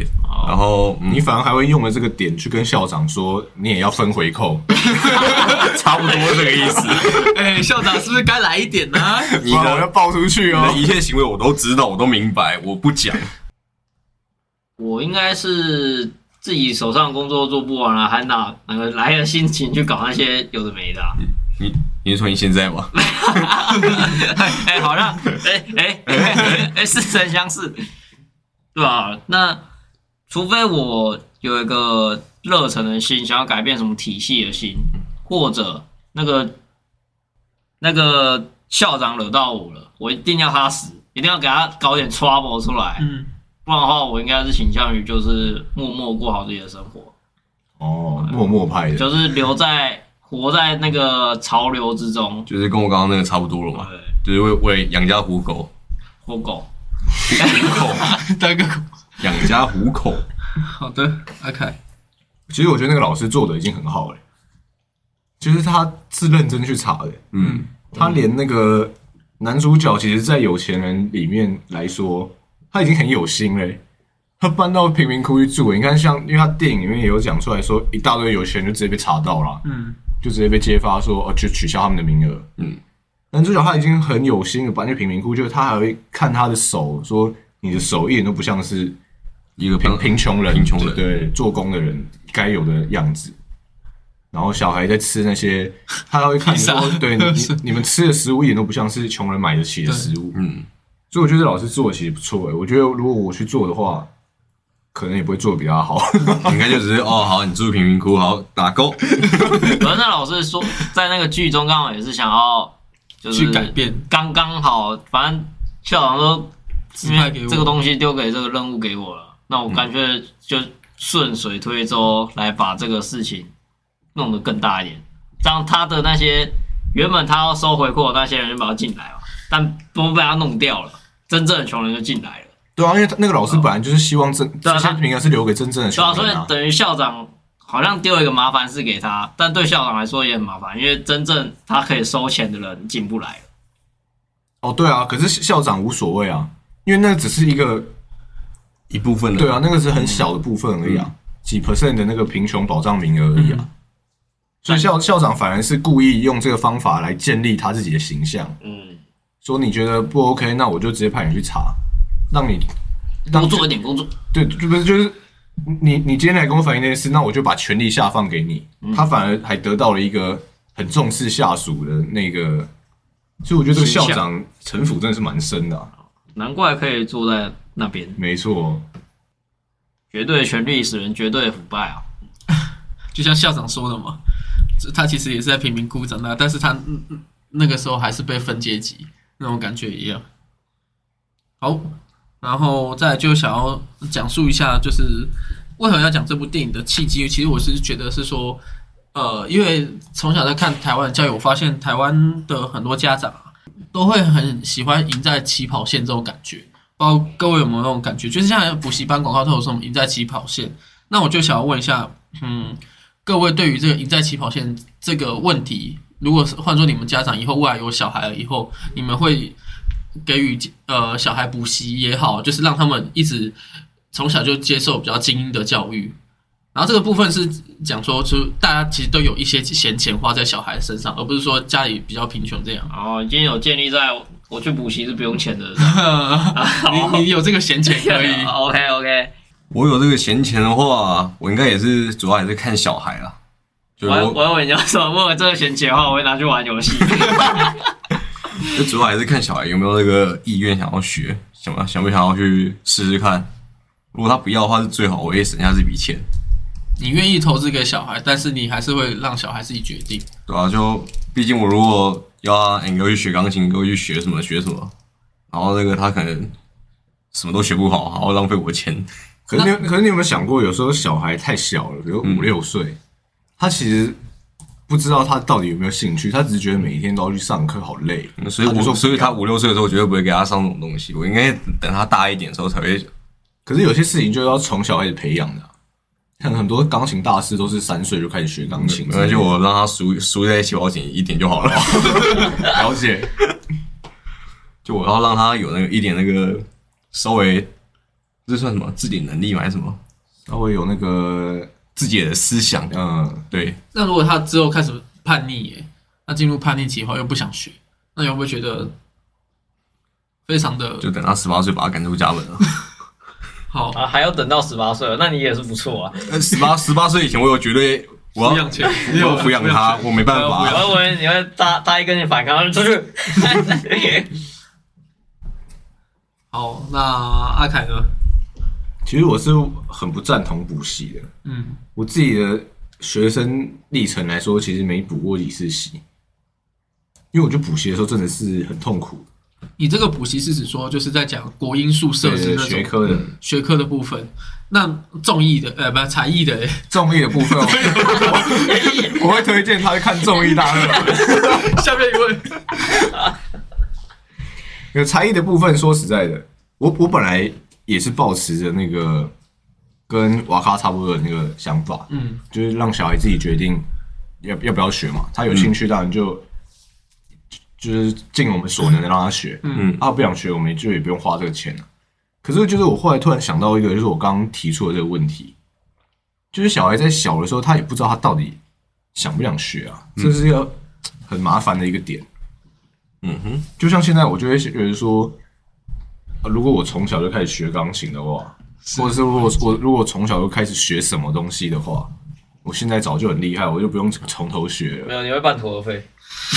然后、嗯、 你反而还会用了这个点去跟校长说，你也要分回扣，差不多这个意思。 哎、欸，校长是不是该来一点呢、啊？ 你的我要爆出去哦！ 你的一切行为我都知道，我都明白，我不讲。 我应该是自己手上的工作做不完了，还哪哪个来的心情去搞那些有的没的、啊？ 你你是说你现在吗？ 哎、欸，好像哎哎哎哎似曾相识，对吧？那除非我有一个热忱的心，想要改变什么体系的心，或者那个那个校长惹到我了，我一定要他死，一定要给他搞点 trouble 出来。嗯，不然的话，我应该是倾向于就是默默过好自己的生活。 哦，默默派的， 就是留在活在那个潮流之中， 就是跟我刚刚那个差不多了嘛。就是为为养家糊口， 糊狗， 糊口， 当个狗， 养家糊口。 好的，阿凯。 其实我觉得那个老师做的已经很好了，就是他是认真去查的。 嗯， 他连那个男主角，其实在有钱人里面来说，他已经很有心了。他搬到贫民窟去住，你看像，因为他电影里面也有讲出来说，一大堆有钱人就直接被查到了，嗯，就直接被揭发说，哦，就取消他们的名额，嗯。男主角他已经很有心的搬去贫民窟，就是他还会看他的手，说你的手一点都不像是一个贫贫穷人， 贫穷人对做工的人该有的样子。然后小孩在吃那些，他会看说，对你你们吃的食物一点都不像是穷人买得起的食物，嗯。所以我觉得老师做的其实不错诶，我觉得如果我去做的话，可能也不会做的比他好， 应该就只是哦，好，你住贫民窟，好打勾。 可是那老师说，在那个剧中刚好也是想要。就是去改变， 刚刚好，反正校长说，因为这个东西丢给这个任务给我了，那我干脆就顺水推舟来把这个事情弄得更大一点，这样他的那些原本他要收回扣的那些人就把他进来嘛，但都被他弄掉了，真正的穷人就进来了。 对啊，因为那个老师本来就是希望真这些名额是留给真正的穷人啊， 对啊，所以等于校长。好像丢一个麻烦事给他，但对校长来说也很麻烦，因为真正他可以收钱的人进不来了。 哦，对啊，可是校长无所谓啊，因为那只是一个一部分的， 对啊，那个是很小的部分而已啊，嗯、几 percent 的那个贫穷保障名额而已啊。嗯、所以校校长反而是故意用这个方法来建立他自己的形象。嗯，说你觉得不 OK， 那我就直接派你去查，让你多做一点工作。 对，就不是就是。你你今天来跟我反映这件事，那我就把权力下放给你。嗯、他反而还得到了一个很重视下属的那个，所以我觉得这个校长城府真的是蛮深的、啊， 难怪可以坐在那边。 没错， 绝对权力使人绝对腐败啊！ 就像校长说的嘛，他其实也是在贫民窟长大，但是他那个时候还是被分阶级那种感觉一样。好。然后再来就想要讲述一下，就是为何要讲这部电影的契机。其实我是觉得是说，呃，因为从小在看台湾的教育，我发现台湾的很多家长啊，都会很喜欢赢在起跑线这种感觉。不知道各位有没有那种感觉？就是像补习班广告都有什么赢在起跑线。那我就想要问一下，嗯，各位对于这个赢在起跑线这个问题，如果是换作你们家长以后未来有小孩了以后，你们会给予呃小孩补习也好，就是让他们一直从小就接受比较精英的教育。然后这个部分是讲说，就大家其实都有一些闲钱花在小孩身上，而不是说家里比较贫穷这样。 哦，今天有建立在我去补习是不用钱的， 你你有这个闲钱可以。 OK OK， 我有这个闲钱的话，我应该也是主要还是看小孩啦。 我我以为你要说，问我这个闲钱的话，我会拿去玩游戏。 就主要还是看小孩有没有那个意愿想要学，想想不想要去试试看。如果他不要的话，是最好，我也省下这笔钱。 你愿意投资给小孩，但是你还是会让小孩自己决定。 对啊，就毕竟我如果要啊，你给我去学钢琴，给我去学什么学什么，然后那个他可能什么都学不好，然后浪费我的钱。 可是你可是你有没有想过，有时候小孩太小了，比如五六岁，嗯、他其实不知道他到底有没有兴趣，他只是觉得每一天都要去上课，好累。 嗯、所以我说，所以他五六岁的时候，我绝对不会给他上这种东西。我应该等他大一点的时候才会。 可是有些事情就要从小开始培养的、啊，像很多钢琴大师都是三岁就开始学钢琴。 没关系，我让他输输在起跑点一点就好了。 了解。 就我要让他有那个一点那个稍微，这算什么自理能力吗？还是什么？ 稍微有那个自己的思想， 嗯， 对， 那如果他之后开始叛逆耶，那进入叛逆期后又不想学，那你会不会觉得非常的就等他十八岁把他赶出家门了。 好？ 啊，还要等到十八岁了，那你也是不错啊。 十八十八岁以前，我有绝对我要抚养权， 我要抚养他，我没办我法。 以为你会搭搭一跟你反抗出去。 好，那阿凯呢？ 其实我是很不赞同补习的。 嗯， 我自己的学生历程来说，其实没补过几次习，因为我觉得补习的时候真的是很痛苦。 你这个补习是指说就是在讲国英数设置那种学科的学科的部分，那综艺的呃不才艺的， 综艺的部分我，我会推荐他看综艺大热门。 下面一位， 有才艺的部分，说实在的，我我本来也是抱持着那个跟瓦卡差不多的那个想法， 嗯， 就是让小孩自己决定要要不要学嘛。他有兴趣，当然就、嗯、就是尽我们所能的让他学。嗯，他不想学，我们就也不用花这个钱了。可是，就是我后来突然想到一个，就是我刚刚提出的这个问题，就是小孩在小的时候，他也不知道他到底想不想学啊，这是一个很麻烦的一个点。 嗯哼， 就像现在，我就会觉得说，如果我从小就开始学钢琴的话，或者是如果我如果从小就开始学什么东西的话，我现在早就很厉害，我就不用从头学了。 没有，你会半途而废。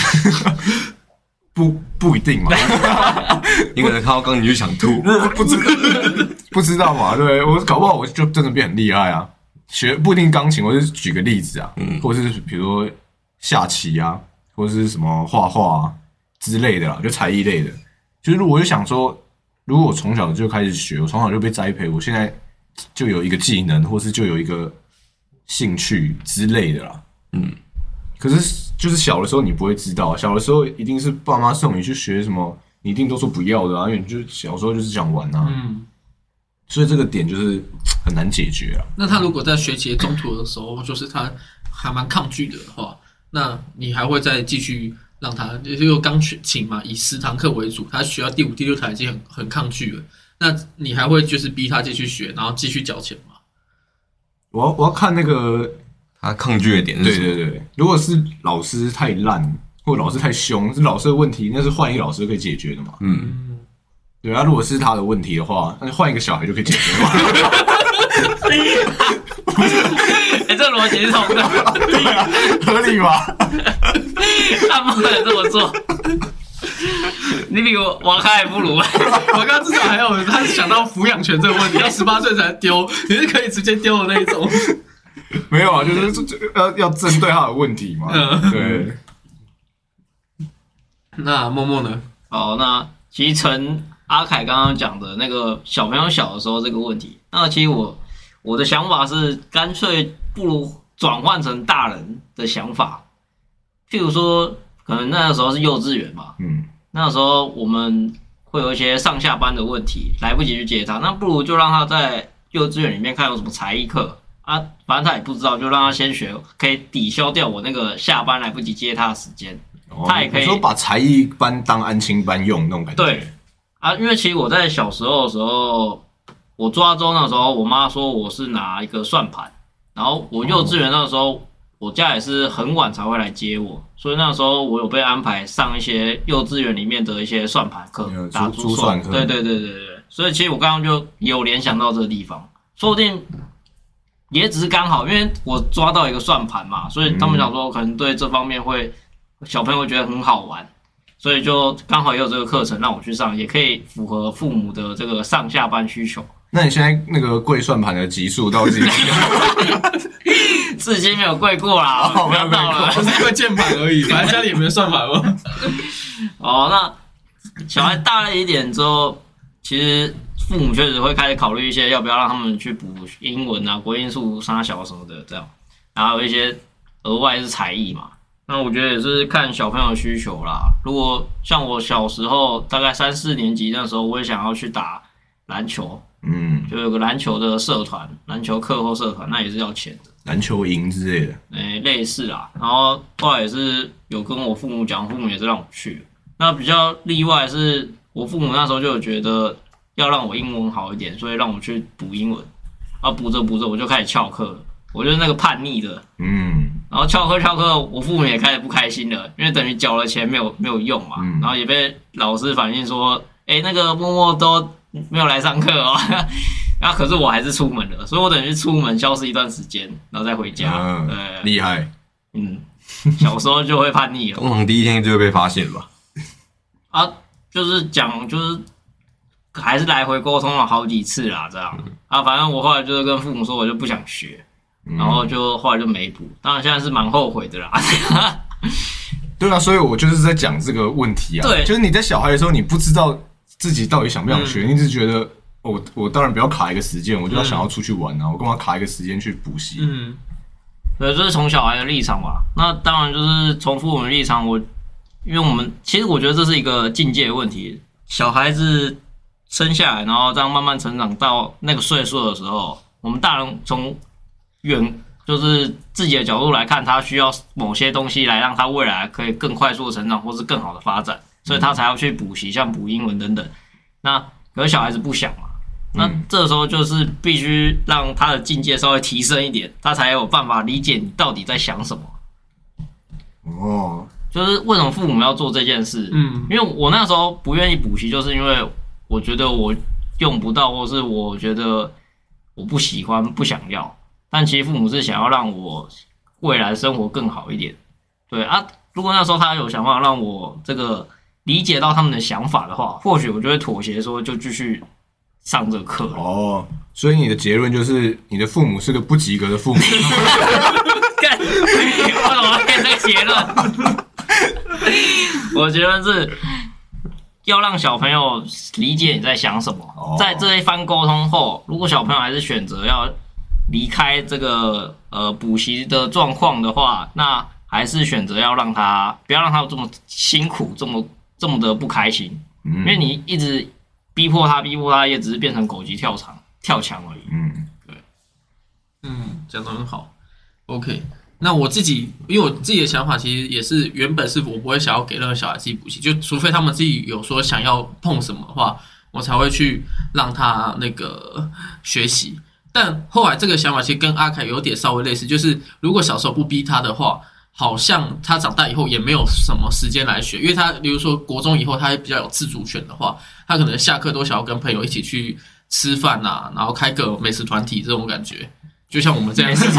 不不一定嘛， 你可能看到钢琴就想吐， 不知道不知道嘛？对，我搞不好我就真的变很厉害啊！学不一定钢琴，我就举个例子啊，嗯，或者是比如说下棋啊，或者是什么画画啊之类的啦，就才艺类的。就是我就想说，如果我从小就开始学，我从小就被栽培，我现在就有一个技能，或是就有一个兴趣之类的啦，嗯。可是就是小的时候你不会知道，小的时候一定是爸妈送你去学什么，你一定都说不要的啊，因为你就小时候就是想玩啊，嗯，所以这个点就是很难解决啊。 那他如果在学习中途的时候，就是他还蛮抗拒的话，那你还会再继续让他，因为钢琴嘛，以十堂课为主，他学到第五、第六堂已经很很抗拒了，那你还会就是逼他继续学，然后继续缴钱吗？ 我要我要看那个。 他抗拒的点是什么？ 对对对，如果是老师太烂，或老师太凶，是老师的问题，那是换一个老师就可以解决的嘛。嗯，对啊，如果是他的问题的话，那就换一个小孩就可以解决嘛。 哎、欸，这逻辑是通的， 啊、合理吧？ 他不能这么做。你比我王开还不如。 我刚刚至少还有他想到抚养权这个问题，要十八岁才丢，你是可以直接丢的那一种。 没有啊，就是要要针对他的问题嘛。嗯、对。 那默默呢？ 好，那其实陈阿凯刚刚讲的那个小朋友小的时候这个问题，那其实我我的想法是，干脆不如转换成大人的想法。譬如说，可能那个时候是幼稚园嘛，嗯，那个时候我们会有一些上下班的问题，来不及去接他，那不如就让他在幼稚园里面看有什么才艺课。啊，反正他也不知道，就让他先学，可以抵消掉我那个下班来不及接他的时间。哦、他也可以说把才艺班当安亲班用那种感觉。 对啊，因为其实我在小时候的时候，我抓周那时候，我妈说我是拿一个算盘，然后我幼稚园那时候，哦、我家也是很晚才会来接我，所以那时候我有被安排上一些幼稚园里面的一些算盘课，打珠算课。对对对对对，所以其实我刚刚就有联想到这个地方，说不定。也只是刚好，因为我抓到一个算盘嘛，所以他们想说可能对这方面会小朋友觉得很好玩，所以就刚好也有这个课程让我去上，也可以符合父母的这个上下班需求。 那你现在那个跪算盘的级数到底是？ 至今没有跪过啦， 哦、 不要闹了， 不是因为键盘而已，反正家里也没算盘嘛。 哦，那小孩大了一点之后，其实。父母确实会开始考虑一些要不要让他们去补英文啊、国英数、三小什么的这样，然后有一些额外是才艺嘛。那我觉得也是看小朋友的需求啦。如果像我小时候大概三四年级那时候，我也想要去打篮球，嗯，就有个篮球的社团，篮球课后社团，那也是要钱的， 篮球营之类的， 诶、欸，类似啦。然后后来也是有跟我父母讲，父母也是让我去。那比较例外是我父母那时候就有觉得。要让我英文好一点，所以让我去补英文。 啊补着补着我就开始翘课了，我就是那个叛逆的， 嗯， 然后翘课翘课，我父母也开始不开心了，因为等于缴了钱没有没有用嘛， 嗯、 然后也被老师反映说，哎，那个默默都没有来上课哦，然后可是我还是出门了，所以我等于出门消失一段时间，然后再回家， 嗯、 对， 厉害， 嗯，小时候就会叛逆了， 通常第一天就会被发现吧？ 啊，就是讲就是还是来回沟通了好几次啦，这样啊，反正我后来就是跟父母说我就不想学。然后就后来就没补，当然现在是蛮后悔的啦。 对啊，所以我就是在讲这个问题啊。 对， 就是你在小孩的时候，你不知道自己到底想不想学，嗯、你只觉得我我当然不要卡一个时间，我就要想要出去玩啊，嗯、我干嘛卡一个时间去补习？ 嗯，对，这是从小孩的立场吧。那当然就是从父母的立场，我因为我们其实我觉得这是一个境界的问题。小孩子生下来，然后这样慢慢成长到那个岁数的时候，我们大人从远就是自己的角度来看，他需要某些东西来让他未来可以更快速的成长，或是更好的发展，所以他才要去补习，像补英文等等。那可是小孩子不想嘛，那这时候就是必须让他的境界稍微提升一点，他才有办法理解你到底在想什么。 哦， 就是为什么父母要做这件事？嗯，因为我那时候不愿意补习，就是因为我觉得我用不到，或是我觉得我不喜欢、不想要。但其实父母是想要让我未来生活更好一点，对啊。如果那时候他有想法让我这个理解到他们的想法的话，或许我就会妥协，说就继续上这个课。 哦，所以你的结论就是你的父母是个不及格的父母。 干，为什么变这个结论？我结论是要让小朋友理解你在想什么。哦、在这一番沟通后，如果小朋友还是选择要离开这个呃补习的状况的话，那还是选择要让他不要让他这么辛苦，这么这么的不开心，嗯、因为你一直逼迫他，逼迫他，也只是变成狗急跳墙跳墙而已。 嗯， 对，嗯，讲得很好。OK， 那我自己因为我自己的想法其实也是原本是我不会想要给任何小孩自己补习，就除非他们自己有说想要碰什么的话，我才会去让他那个学习。但后来这个想法其实跟阿凯有点稍微类似，就是如果小时候不逼他的话，好像他长大以后也没有什么时间来学，因为他比如说国中以后他比较有自主权的话，他可能下课都想要跟朋友一起去吃饭啊，然后开个美食团体这种感觉，就像我们这样子。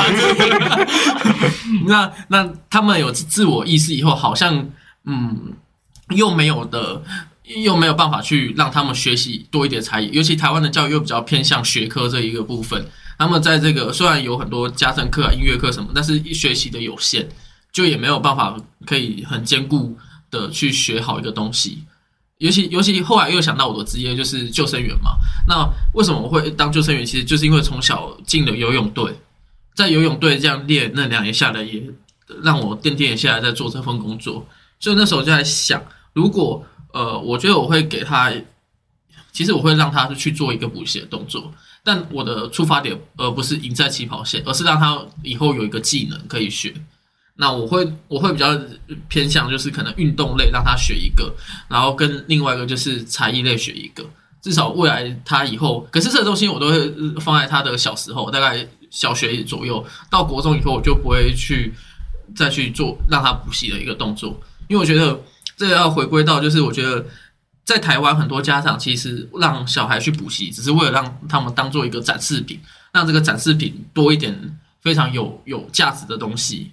那那他们有自我意识以后，好像嗯又没有的。又没有办法去让他们学习多一点才艺，尤其台湾的教育又比较偏向学科这一个部分。他们在这个虽然有很多家政课啊、音乐课什么，但是学习的有限，就也没有办法可以很兼顾的去学好一个东西。尤其尤其后来又想到我的职业就是救生员嘛。那为什么我会当救生员？其实就是因为从小进了游泳队，在游泳队这样练那两年下来，也让我奠定下来在做这份工作。所以那时候就在想，如果呃，我觉得我会给他，其实我会让他去做一个补习的动作，但我的出发点而不是赢在起跑线，而是让他以后有一个技能可以学。那我会我会比较偏向就是可能运动类让他学一个，然后跟另外一个就是才艺类学一个，至少未来他以后，可是这个东西我都会放在他的小时候，大概小学左右到国中以后，我就不会去再去做让他补习的一个动作，因为我觉得。这个要回归到，就是我觉得在台湾很多家长其实让小孩去补习，只是为了让他们当做一个展示品，让这个展示品多一点非常有有价值的东西，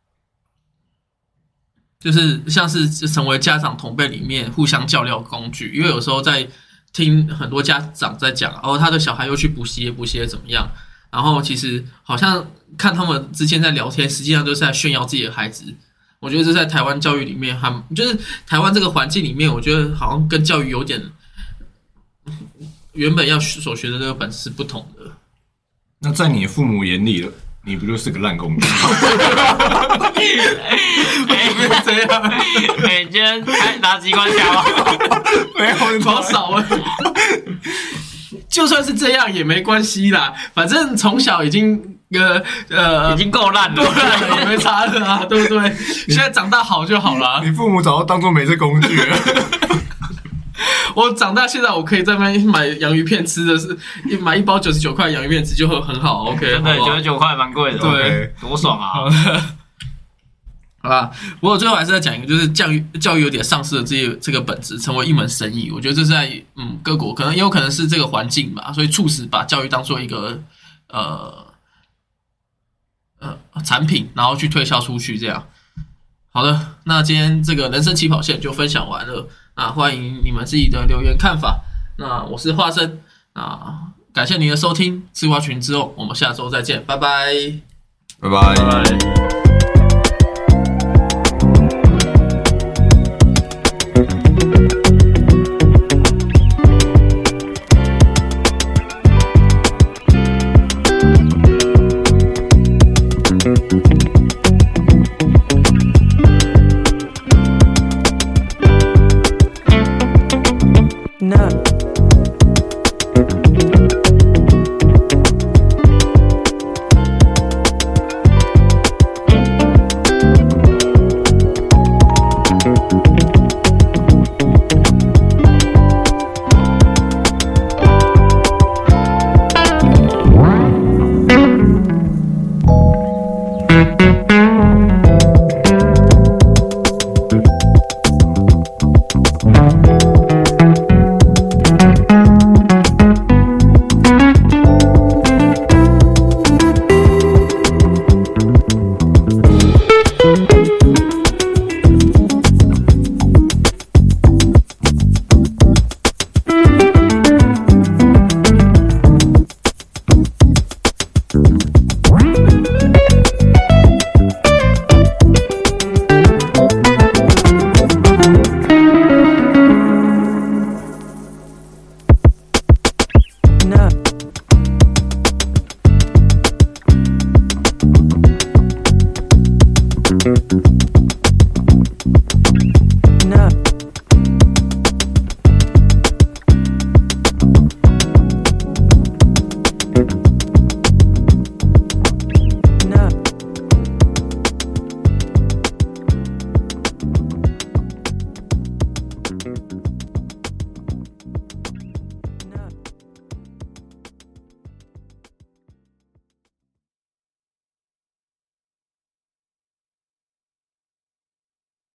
就是像是成为家长同辈里面互相较量工具。因为有时候在听很多家长在讲，哦，他的小孩又去补习，补习也怎么样，然后其实好像看他们之间在聊天，实际上都是在炫耀自己的孩子。我觉得这在台湾教育里面，还就是台湾这个环境里面，我觉得好像跟教育有点原本要所学的这个本质是不同的。 那在你父母眼里了，你不就是个烂工具？ 哎，不是这样。 哎，今天还拿机关枪吗？ 没有，你好少啊。就算是这样也没关系啦，反正从小已经。呃呃， 已经够烂了， 够烂了也没差的啊，对不对？现在长大好就好了。 你父母早就当作没这工具了。 我长大现在我可以在那边买洋芋片吃的是，买一包九十九块洋芋片吃就很好 ，OK， 真的九十九块蛮贵的， 对， 多爽啊！ 好吧，不过最后还是在讲一个，就是教育教育有点丧失了这这个本质，成为一门生意。我觉得这是在嗯各国可能也有可能是这个环境吧，所以促使把教育当做一个呃呃产品，然后去推销出去这样。好的，那今天这个人生起跑线就分享完了，那欢迎你们自己的留言看法。那我是华生，那感谢您的收听，吃瓜群之后，我们下周再见，拜拜， 拜拜。 拜拜。